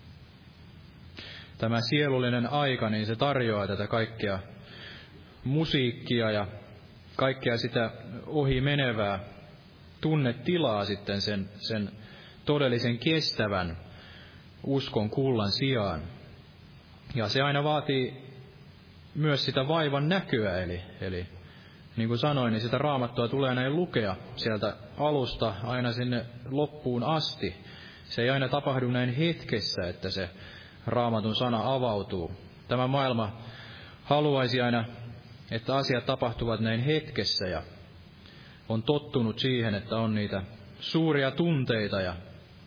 Tämä sielullinen aika, niin se tarjoaa tätä kaikkea musiikkia ja kaikkea sitä ohi menevää tunnetilaa sitten sen todellisen kestävän uskon kullan sijaan. Ja se aina vaatii myös sitä vaivan näköä, eli niin kuin sanoin, niin sitä Raamattua tulee näin lukea sieltä alusta aina sinne loppuun asti. Se ei aina tapahdu näin hetkessä, että se Raamatun sana avautuu. Tämä maailma haluaisi aina, että asiat tapahtuvat näin hetkessä ja on tottunut siihen, että on niitä suuria tunteita ja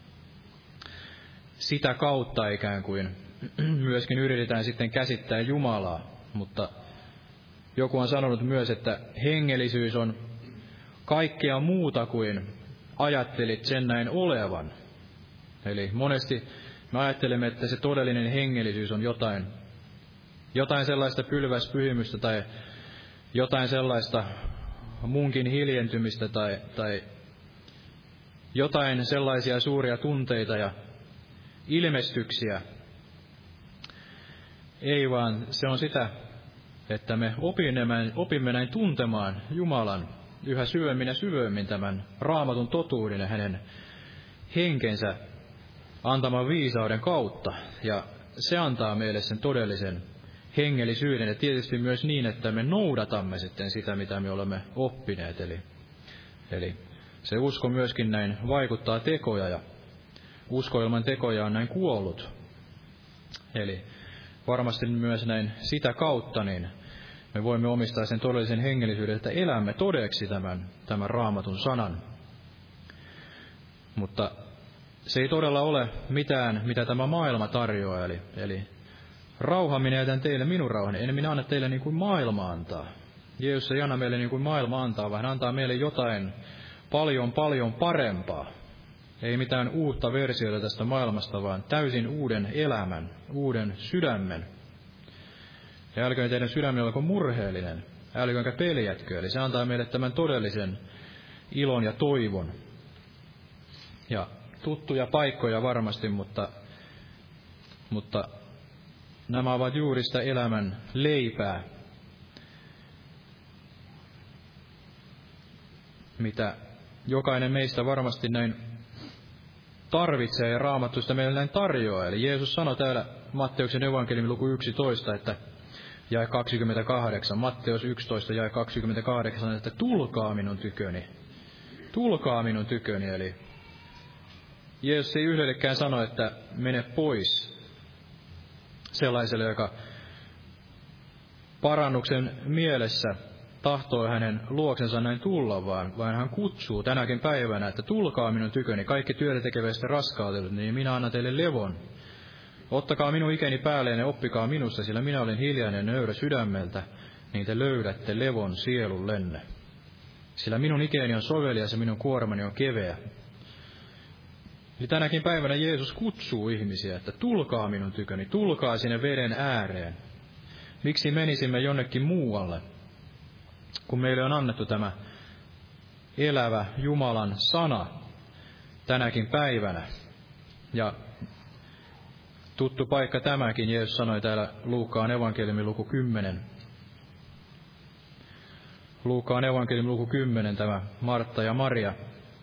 sitä kautta ikään kuin myöskin yritetään sitten käsittää Jumalaa. Mutta joku on sanonut myös, että hengellisyys on kaikkea muuta kuin ajattelit sen näin olevan. Eli monesti me ajattelemme, että se todellinen hengellisyys on jotain sellaista pylväspyhimystä tai jotain sellaista munkin hiljentymistä tai jotain sellaisia suuria tunteita ja ilmestyksiä. Ei vaan se on sitä, että me opimme näin tuntemaan Jumalan yhä syvemmin ja syvemmin tämän Raamatun totuuden ja hänen henkensä antaman viisauden kautta. Ja se antaa meille sen todellisen hengellisyyden ja tietysti myös niin, että me noudatamme sitten sitä, mitä me olemme oppineet. Eli se usko myöskin näin vaikuttaa tekoja ja usko ilman tekoja on näin kuollut. Eli varmasti myös näin sitä kautta niin me voimme omistaa sen todellisen hengellisyyden, että elämme todeksi tämän Raamatun sanan. Mutta se ei todella ole mitään, mitä tämä maailma tarjoaa. Eli rauha minä jätän teille minun rauhani. En minä anna teille niin kuin maailma antaa. Jeesus ei anna meille niin kuin maailma antaa, vaan hän antaa meille jotain paljon parempaa. Ei mitään uutta versiota tästä maailmasta, vaan täysin uuden elämän, uuden sydämen. Ja älköön teidän sydämenne olko murheellinen, älköönkä peljätkö. Eli se antaa meille tämän todellisen ilon ja toivon. Ja tuttuja paikkoja varmasti, mutta nämä ovat juuri sitä elämän leipää, mitä jokainen meistä varmasti näin tarvitsee ja Raamattu sitä meille näin tarjoaa. Eli Jeesus sanoi täällä Matteuksen evankeliumin luku 11, että jae 28, Matteus 11 jae 28, että tulkaa minun tyköni. Eli Jeesus ei yhdellekään sano, että mene pois sellaiselle, joka parannuksen mielessä tahtoo hänen luoksensa näin tulla, vaan hän kutsuu tänäkin päivänä, että tulkaa minun tyköni, kaikki työtä tekeväistä raskautetut, niin minä annan teille levon. Ottakaa minun ikäni päälleen ja oppikaa minusta, sillä minä olen hiljainen ja nöyrä sydämeltä, niin te löydätte levon sielullenne. Sillä minun ikäni on sovelias ja minun kuormani on keveä. Eli tänäkin päivänä Jeesus kutsuu ihmisiä, että tulkaa minun tyköni, tulkaa sinne veden ääreen. Miksi menisimme jonnekin muualle, kun meille on annettu tämä elävä Jumalan sana tänäkin päivänä. Ja tuttu paikka tämäkin, Jeesus sanoi täällä Luukkaan evankeliumin luku 10. Luukkaan evankeliumin luku 10, tämä Martta ja Maria.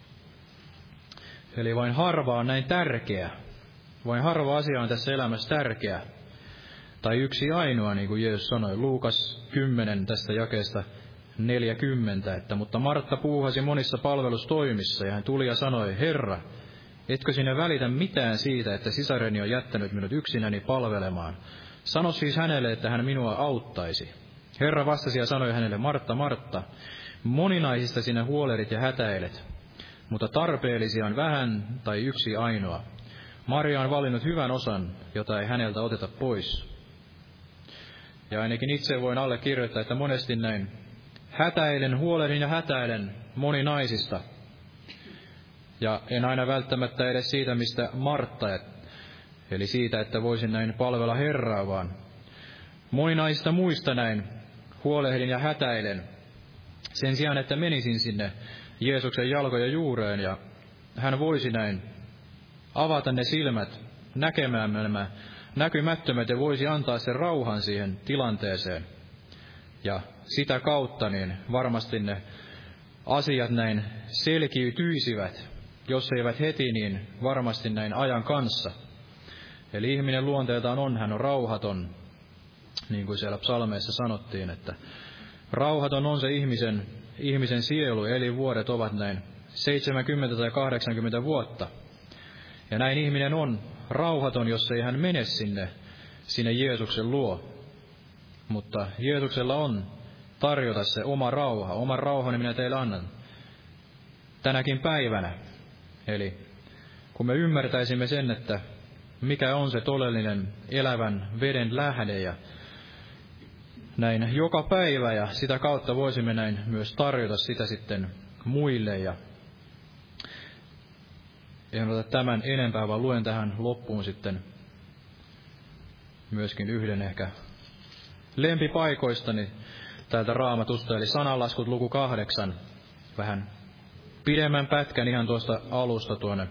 Eli vain harva on näin tärkeä. Vain harva asia on tässä elämässä tärkeä. Tai yksi ainoa, niin kuin Jeesus sanoi, Luukas 10 tästä jakeesta 40, että mutta Martta puuhasi monissa palvelustoimissa ja hän tuli ja sanoi, Herra, etkö sinä välitä mitään siitä, että sisareni on jättänyt minut yksinäni palvelemaan? Sano siis hänelle, että hän minua auttaisi. Herra vastasi ja sanoi hänelle, Martta, Martta, moninaisista sinä huolerit ja hätäilet, mutta tarpeellisia on vähän tai yksi ainoa. Maria on valinnut hyvän osan, jota ei häneltä oteta pois. Ja ainakin itse voin allekirjoittaa, että monesti näin hätäilen, huolehdin ja hätäilen moninaisista. Ja en aina välttämättä edes siitä, mistä Martta, eli siitä, että voisin näin palvella Herraa, vaan moninaisista muista näin huolehdin ja hätäilen. Sen sijaan, että menisin sinne Jeesuksen jalkojen juureen ja hän voisi näin avata ne silmät näkemään nämä näkymättömät ja voisi antaa sen rauhan siihen tilanteeseen. Ja sitä kautta niin varmasti ne asiat näin selkiytyisivät, jos eivät heti, niin varmasti näin ajan kanssa. Eli ihminen luonteeltaan hän on rauhaton, niin kuin siellä psalmeissa sanottiin, että rauhaton on se ihmisen sielu, eli vuodet ovat näin 70 tai 80 vuotta. Ja näin ihminen on rauhaton, jos ei hän mene sinne Jeesuksen luo. Mutta Jeesuksella on tarjota se oma rauha. Oman rauhani minä teille annan tänäkin päivänä. Eli kun me ymmärtäisimme sen, että mikä on se todellinen elävän veden lähde ja näin joka päivä, ja sitä kautta voisimme näin myös tarjota sitä sitten muille. Ja en ota tämän enempää, vaan luen tähän loppuun sitten myöskin yhden ehkä lempipaikoistani täältä Raamatusta, eli Sananlaskut luku 8, vähän pidemmän pätkän ihan tuosta alusta tuonne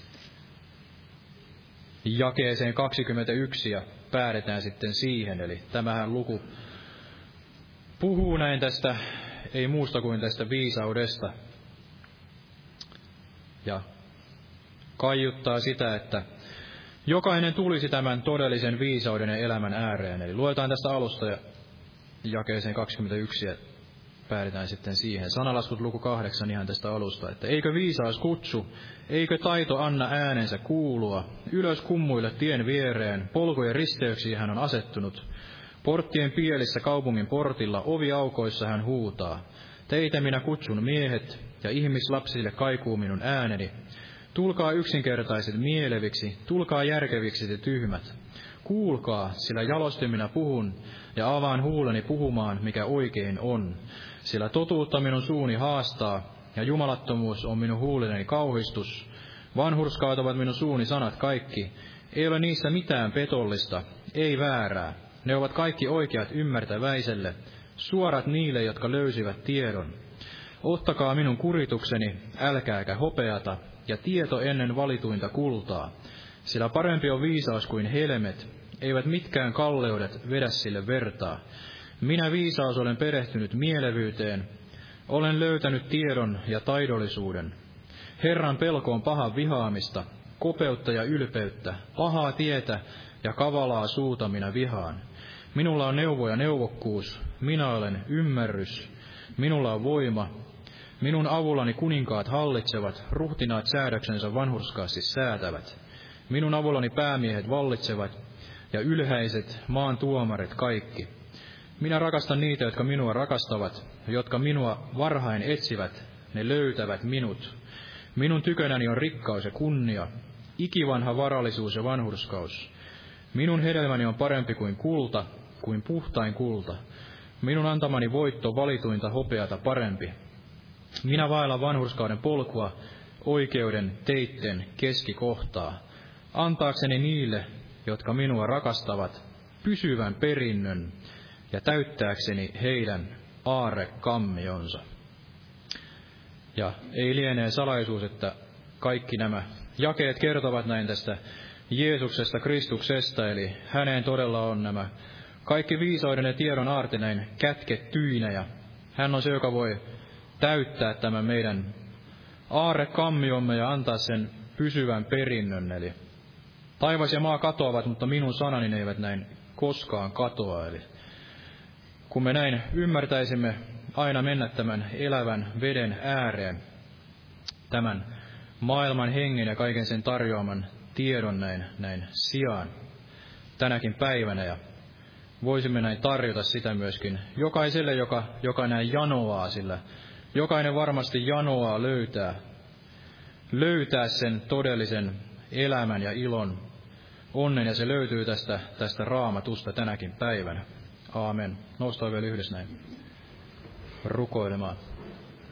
jakeeseen 21 ja päädetään sitten siihen. Eli tämähän luku puhuu näin tästä, ei muusta kuin tästä viisaudesta ja kaiuttaa sitä, että jokainen tulisi tämän todellisen viisauden ja elämän ääreen. Eli luetaan tästä alusta ja jakeeseen 21 ja päädetään sitten siihen. Sananlaskut luku 8 ihan tästä alusta, että eikö viisaus kutsu, eikö taito anna äänensä kuulua, ylös kummuille tien viereen, polkujen risteyksiin hän on asettunut, porttien pielissä kaupungin portilla, oviaukoissa hän huutaa, teitä minä kutsun miehet, ja ihmislapsille kaikuu minun ääneni, tulkaa yksinkertaiset mieleviksi, tulkaa järkeviksi te tyhmät, kuulkaa, sillä jalosti minä puhun, ja avaan huuleni puhumaan, mikä oikein on. Sillä totuutta minun suuni haastaa, ja jumalattomuus on minun huuleni kauhistus. Vanhurskaat ovat minun suuni sanat kaikki. Ei ole niissä mitään petollista, ei väärää. Ne ovat kaikki oikeat ymmärtäväiselle, suorat niille, jotka löysivät tiedon. Ottakaa minun kuritukseni, älkääkä hopeata, ja tieto ennen valituinta kultaa. Sillä parempi on viisaus kuin helmet, eivät mitkään kalleudet vedä sille vertaa. Minä viisaus olen perehtynyt mielevyyteen, olen löytänyt tiedon ja taidollisuuden. Herran pelko on pahan vihaamista, kopeutta ja ylpeyttä, pahaa tietä ja kavalaa suuta minä vihaan. Minulla on neuvo ja neuvokkuus, minä olen ymmärrys, minulla on voima. Minun avullani kuninkaat hallitsevat, ruhtinaat säädöksensä vanhurskaasti säätävät. Minun avullani päämiehet vallitsevat ja ylhäiset maan tuomarit kaikki. Minä rakastan niitä, jotka minua rakastavat, jotka minua varhain etsivät, ne löytävät minut. Minun tykönäni on rikkaus ja kunnia, ikivanha varallisuus ja vanhurskaus. Minun hedelmäni on parempi kuin kulta, kuin puhtain kulta. Minun antamani voitto valituinta hopeata parempi. Minä vaellan vanhurskauden polkua, oikeuden teitten keskikohtaa, antaakseni niille, jotka minua rakastavat, pysyvän perinnön ja täyttääkseni heidän aarrekammionsa. Ja ei lienee salaisuus, että kaikki nämä jakeet kertovat näin tästä Jeesuksesta, Kristuksesta, eli häneen todella on nämä kaikki viisauden ja tiedon aarti näin kätkettyinä, ja hän on se, joka voi täyttää tämän meidän aarrekammiomme ja antaa sen pysyvän perinnön. Eli taivas ja maa katoavat, mutta minun sanani eivät näin koskaan katoa. Eli kun me näin ymmärtäisimme aina mennä tämän elävän veden ääreen, tämän maailman hengen ja kaiken sen tarjoaman tiedon näin sijaan tänäkin päivänä, ja voisimme näin tarjota sitä myöskin jokaiselle, joka näin janoaa, sillä jokainen varmasti janoaa löytää sen todellisen elämän ja ilon, onnen, ja se löytyy tästä Raamatusta tänäkin päivänä. Aamen. Noustaan vielä yhdessä näin rukoilemaan.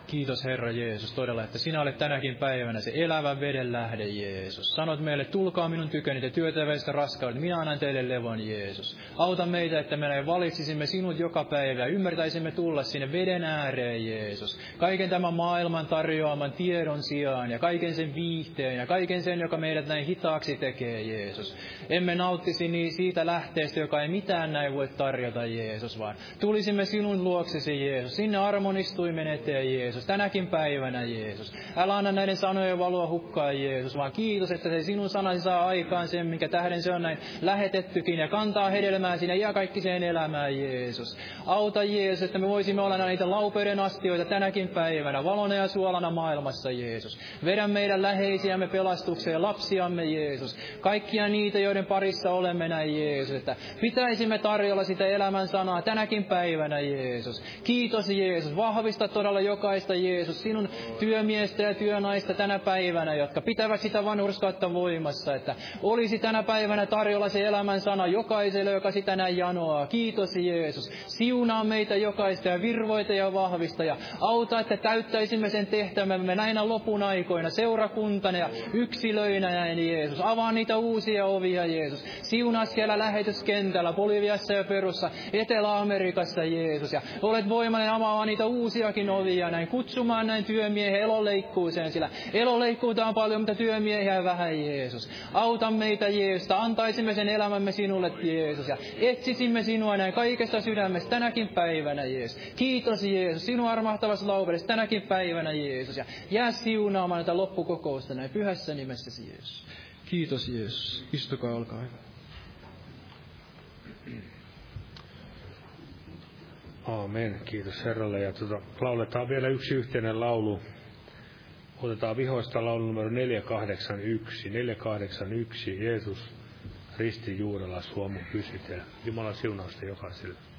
Kiitos Herra Jeesus todella, että sinä olet tänäkin päivänä se elävän veden lähde Jeesus. Sanot meille, tulkaa minun tyköni te työtäväistä raskaudet, minä annan teille levon Jeesus. Auta meitä, että me valitsisimme sinut joka päivä ja ymmärtäisimme tulla sinne veden ääreen Jeesus. Kaiken tämän maailman tarjoaman tiedon sijaan ja kaiken sen viihteen ja kaiken sen, joka meidät näin hitaaksi tekee Jeesus. Emme nauttisi siitä lähteestä, joka ei mitään näin voi tarjota Jeesus, vaan tulisimme sinun luoksesi Jeesus, sinne armonistuimen eteen Jeesus, tänäkin päivänä Jeesus. Älä anna näiden sanojen valua hukkaan Jeesus, vaan kiitos, että se sinun sanasi saa aikaan sen, minkä tähden se on näin lähetettykin ja kantaa hedelmää sinne iankaikkiseen elämään Jeesus. Auta Jeesus, että me voisimme olla näitä laupeuden astioita tänäkin päivänä, valona ja suolana maailmassa Jeesus. Vedä meidän läheisiämme pelastukseen, lapsiamme Jeesus, kaikkia niitä, joiden parissa olemme näin Jeesus, että pitäisimme tarjolla sitä elämän sanaa tänäkin päivänä Jeesus. Kiitos Jeesus, vahvista todella jokaista Jeesus, sinun työmiestä ja työnaista tänä päivänä, jotka pitävät sitä vanhurskautta voimassa, että olisi tänä päivänä tarjolla se elämän sana jokaiselle, joka sitä näin janoaa. Kiitos Jeesus, siunaa meitä jokaista ja virvoita ja vahvista ja auta, että täyttäisimme sen tehtävämme näinä lopun aikoina seurakuntana ja yksilöinä näin Jeesus. Avaa niitä uusia ovia Jeesus. Siunaa siellä lähetyskentällä, Boliviassa ja Perussa, Etelä-Amerikassa Jeesus. Ja olet voimallinen avaamaan niitä uusiakin ovia näin, kutsumaan näin työmiehen eloleikkuuseen, sillä eloleikkuuta on paljon, mutta työmiehiä vähän Jeesus. Auta meitä Jeesus, antaisimme sen elämämme sinulle Jeesus ja etsisimme sinua näin kaikesta sydämestä tänäkin päivänä Jeesus. Kiitos Jeesus, sinun armahtavassa laupeudessa tänäkin päivänä Jeesus ja jää siunaamaan näitä loppukokousta näin pyhässä nimessäsi Jeesus. Kiitos Jeesus, istukaa, olkaa hyvä. Aamen, kiitos Herralle. Ja lauletaan vielä yksi yhteinen laulu. Otetaan vihoista laulu numero 481. 481, Jeesus ristin juurella, Suomun pysytel. Jumalan siunausta jokaiselle.